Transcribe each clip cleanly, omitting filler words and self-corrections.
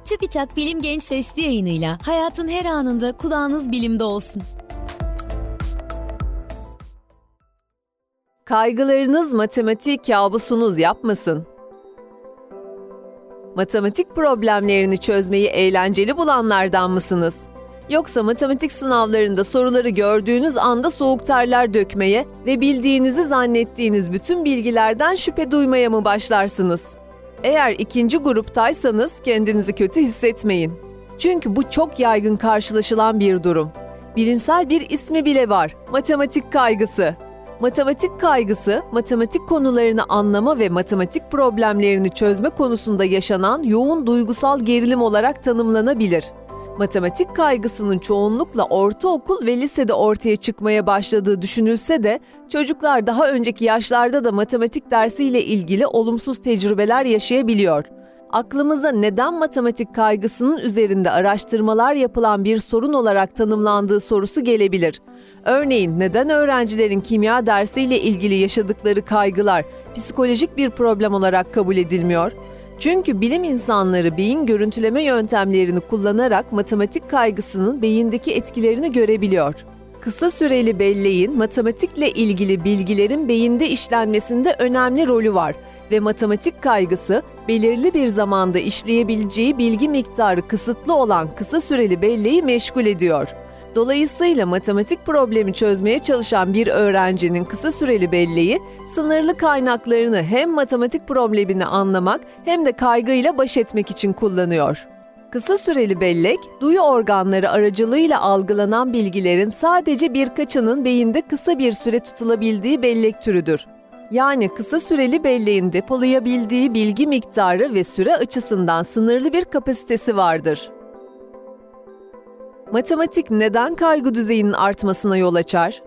Çubitak Bilim Genç Sesli yayınıyla hayatın her anında kulağınız bilimde olsun. Kaygılarınız matematik kabusunuz yapmasın. Matematik problemlerini çözmeyi eğlenceli bulanlardan mısınız? Yoksa matematik sınavlarında soruları gördüğünüz anda soğuk terler dökmeye ve bildiğinizi zannettiğiniz bütün bilgilerden şüphe duymaya mı başlarsınız? Eğer ikinci gruptaysanız kendinizi kötü hissetmeyin. Çünkü bu çok yaygın karşılaşılan bir durum. Bilimsel bir ismi bile var: matematik kaygısı. Matematik kaygısı, matematik konularını anlama ve matematik problemlerini çözme konusunda yaşanan yoğun duygusal gerilim olarak tanımlanabilir. Matematik kaygısının çoğunlukla ortaokul ve lisede ortaya çıkmaya başladığı düşünülse de çocuklar daha önceki yaşlarda da matematik dersiyle ilgili olumsuz tecrübeler yaşayabiliyor. Aklımıza neden matematik kaygısının üzerinde araştırmalar yapılan bir sorun olarak tanımlandığı sorusu gelebilir. Örneğin neden öğrencilerin kimya dersiyle ilgili yaşadıkları kaygılar psikolojik bir problem olarak kabul edilmiyor? Çünkü bilim insanları beyin görüntüleme yöntemlerini kullanarak matematik kaygısının beyindeki etkilerini görebiliyor. Kısa süreli belleğin matematikle ilgili bilgilerin beyinde işlenmesinde önemli rolü var ve matematik kaygısı belirli bir zamanda işleyebileceği bilgi miktarı kısıtlı olan kısa süreli belleği meşgul ediyor. Dolayısıyla matematik problemi çözmeye çalışan bir öğrencinin kısa süreli belleği, sınırlı kaynaklarını hem matematik problemini anlamak hem de kaygıyla baş etmek için kullanıyor. Kısa süreli bellek, duyu organları aracılığıyla algılanan bilgilerin sadece birkaçının beyinde kısa bir süre tutulabildiği bellek türüdür. Yani kısa süreli belleğin depolayabildiği bilgi miktarı ve süre açısından sınırlı bir kapasitesi vardır. Matematik neden kaygı düzeyinin artmasına yol açar?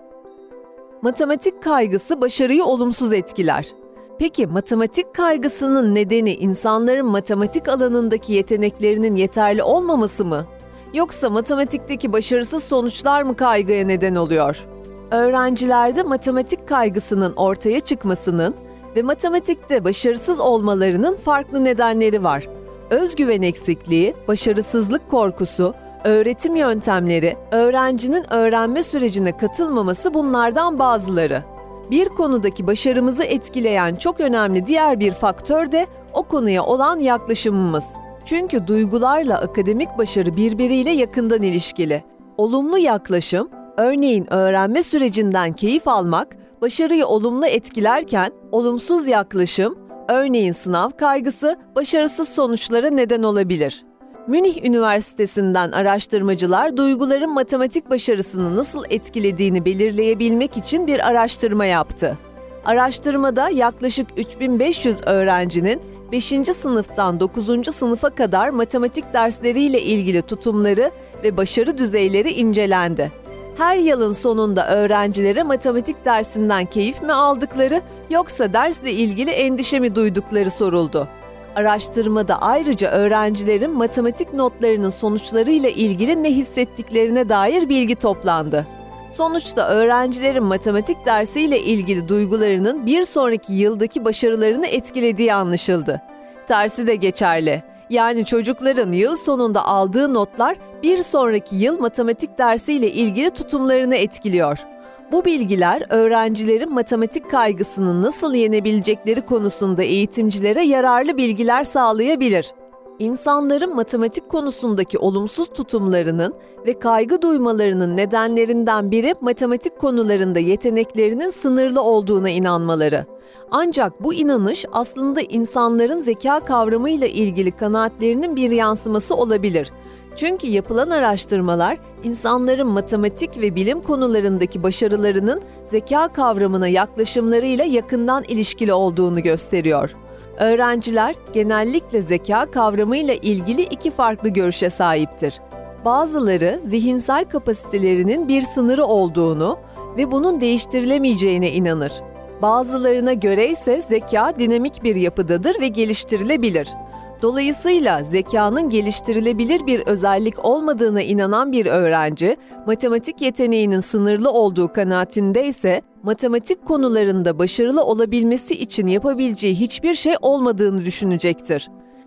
Matematik kaygısı başarıyı olumsuz etkiler. Peki matematik kaygısının nedeni insanların matematik alanındaki yeteneklerinin yeterli olmaması mı? Yoksa matematikteki başarısız sonuçlar mı kaygıya neden oluyor? Öğrencilerde matematik kaygısının ortaya çıkmasının ve matematikte başarısız olmalarının farklı nedenleri var. Özgüven eksikliği, başarısızlık korkusu, öğretim yöntemleri, öğrencinin öğrenme sürecine katılmaması bunlardan bazıları. Bir konudaki başarımızı etkileyen çok önemli diğer bir faktör de o konuya olan yaklaşımımız. Çünkü duygularla akademik başarı birbiriyle yakından ilişkili. Olumlu yaklaşım, örneğin öğrenme sürecinden keyif almak, başarıyı olumlu etkilerken, olumsuz yaklaşım, örneğin sınav kaygısı, başarısız sonuçlara neden olabilir. Münih Üniversitesi'nden araştırmacılar duyguların matematik başarısını nasıl etkilediğini belirleyebilmek için bir araştırma yaptı. Araştırmada yaklaşık 3500 öğrencinin 5. sınıftan 9. sınıfa kadar matematik dersleriyle ilgili tutumları ve başarı düzeyleri incelendi. Her yılın sonunda öğrencilere matematik dersinden keyif mi aldıkları yoksa dersle ilgili endişe mi duydukları soruldu. Araştırmada ayrıca öğrencilerin matematik notlarının sonuçlarıyla ilgili ne hissettiklerine dair bilgi toplandı. Sonuçta öğrencilerin matematik dersiyle ilgili duygularının bir sonraki yıldaki başarılarını etkilediği anlaşıldı. Tersi de geçerli. Yani çocukların yıl sonunda aldığı notlar bir sonraki yıl matematik dersiyle ilgili tutumlarını etkiliyor. Bu bilgiler öğrencilerin matematik kaygısını nasıl yenebilecekleri konusunda eğitimcilere yararlı bilgiler sağlayabilir. İnsanların matematik konusundaki olumsuz tutumlarının ve kaygı duymalarının nedenlerinden biri matematik konularında yeteneklerinin sınırlı olduğuna inanmaları. Ancak bu inanış aslında insanların zeka kavramıyla ilgili kanaatlerinin bir yansıması olabilir. Çünkü yapılan araştırmalar, insanların matematik ve bilim konularındaki başarılarının zeka kavramına yaklaşımlarıyla yakından ilişkili olduğunu gösteriyor. Öğrenciler genellikle zeka kavramıyla ilgili iki farklı görüşe sahiptir. Bazıları zihinsel kapasitelerinin bir sınırı olduğunu ve bunun değiştirilemeyeceğine inanır. Bazılarına göre ise zeka dinamik bir yapıdadır ve geliştirilebilir. Dolayısıyla zekanın geliştirilebilir bir özellik olmadığına inanan bir öğrenci, matematik yeteneğinin sınırlı olduğu kanaatinde ise matematik konularında başarılı olabilmesi için yapabileceği hiçbir şey olmadığını düşünecektir.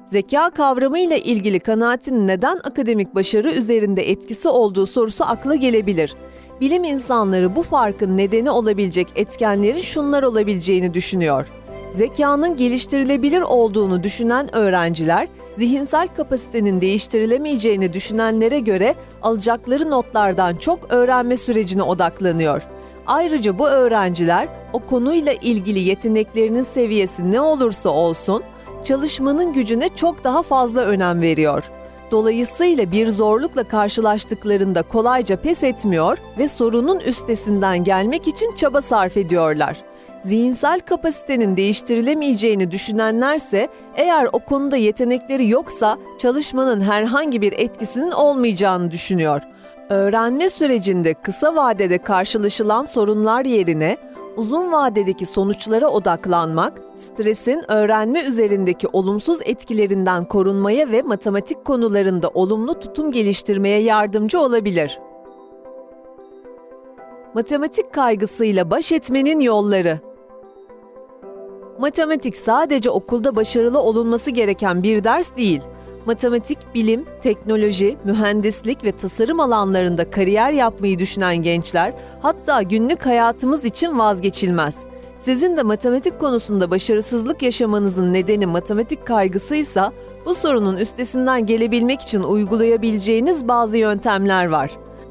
Zeka kavramıyla ilgili kanaatin neden akademik başarı üzerinde etkisi olduğu sorusu akla gelebilir. Bilim insanları bu farkın nedeni olabilecek etkenlerin şunlar olabileceğini düşünüyor. Zekanın geliştirilebilir olduğunu düşünen öğrenciler, zihinsel kapasitenin değiştirilemeyeceğini düşünenlere göre alacakları notlardan çok öğrenme sürecine odaklanıyor. Ayrıca bu öğrenciler o konuyla ilgili yeteneklerinin seviyesi ne olursa olsun, çalışmanın gücüne çok daha fazla önem veriyor. Dolayısıyla bir zorlukla karşılaştıklarında kolayca pes etmiyor ve sorunun üstesinden gelmek için çaba sarf ediyorlar. Zihinsel kapasitenin değiştirilemeyeceğini düşünenlerse eğer o konuda yetenekleri yoksa çalışmanın herhangi bir etkisinin olmayacağını düşünüyor. Öğrenme sürecinde kısa vadede karşılaşılan sorunlar yerine uzun vadedeki sonuçlara odaklanmak, stresin öğrenme üzerindeki olumsuz etkilerinden korunmaya ve matematik konularında olumlu tutum geliştirmeye yardımcı olabilir. Matematik kaygısıyla baş etmenin yolları. Matematik sadece okulda başarılı olunması gereken bir ders değil. Matematik, bilim, teknoloji, mühendislik ve tasarım alanlarında kariyer yapmayı düşünen gençler, hatta günlük hayatımız için vazgeçilmez. Sizin de matematik konusunda başarısızlık yaşamanızın nedeni matematik kaygısıysa, bu sorunun üstesinden gelebilmek için uygulayabileceğiniz bazı yöntemler var.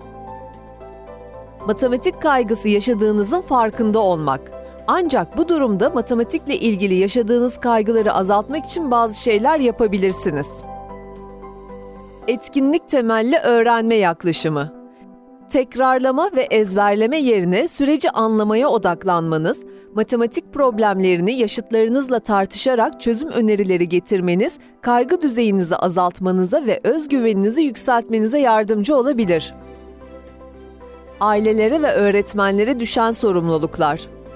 Matematik kaygısı yaşadığınızın farkında olmak. Ancak bu durumda matematikle ilgili yaşadığınız kaygıları azaltmak için bazı şeyler yapabilirsiniz. Etkinlik temelli öğrenme yaklaşımı. Tekrarlama ve ezberleme yerine süreci anlamaya odaklanmanız, matematik problemlerini yaşıtlarınızla tartışarak çözüm önerileri getirmeniz, kaygı düzeyinizi azaltmanıza ve özgüveninizi yükseltmenize yardımcı olabilir. Ailelere ve öğretmenlere düşen sorumluluklar.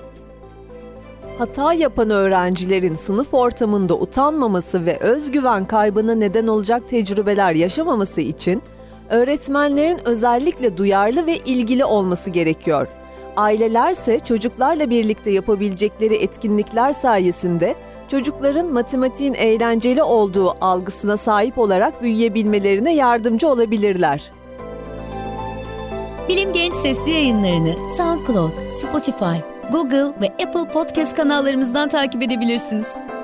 Hata yapan öğrencilerin sınıf ortamında utanmaması ve özgüven kaybına neden olacak tecrübeler yaşamaması için öğretmenlerin özellikle duyarlı ve ilgili olması gerekiyor. Ailelerse çocuklarla birlikte yapabilecekleri etkinlikler sayesinde çocukların matematiğin eğlenceli olduğu algısına sahip olarak büyüyebilmelerine yardımcı olabilirler. Bilim Genç sesli yayınlarını SoundCloud, Spotify, Google ve Apple Podcast kanallarımızdan takip edebilirsiniz.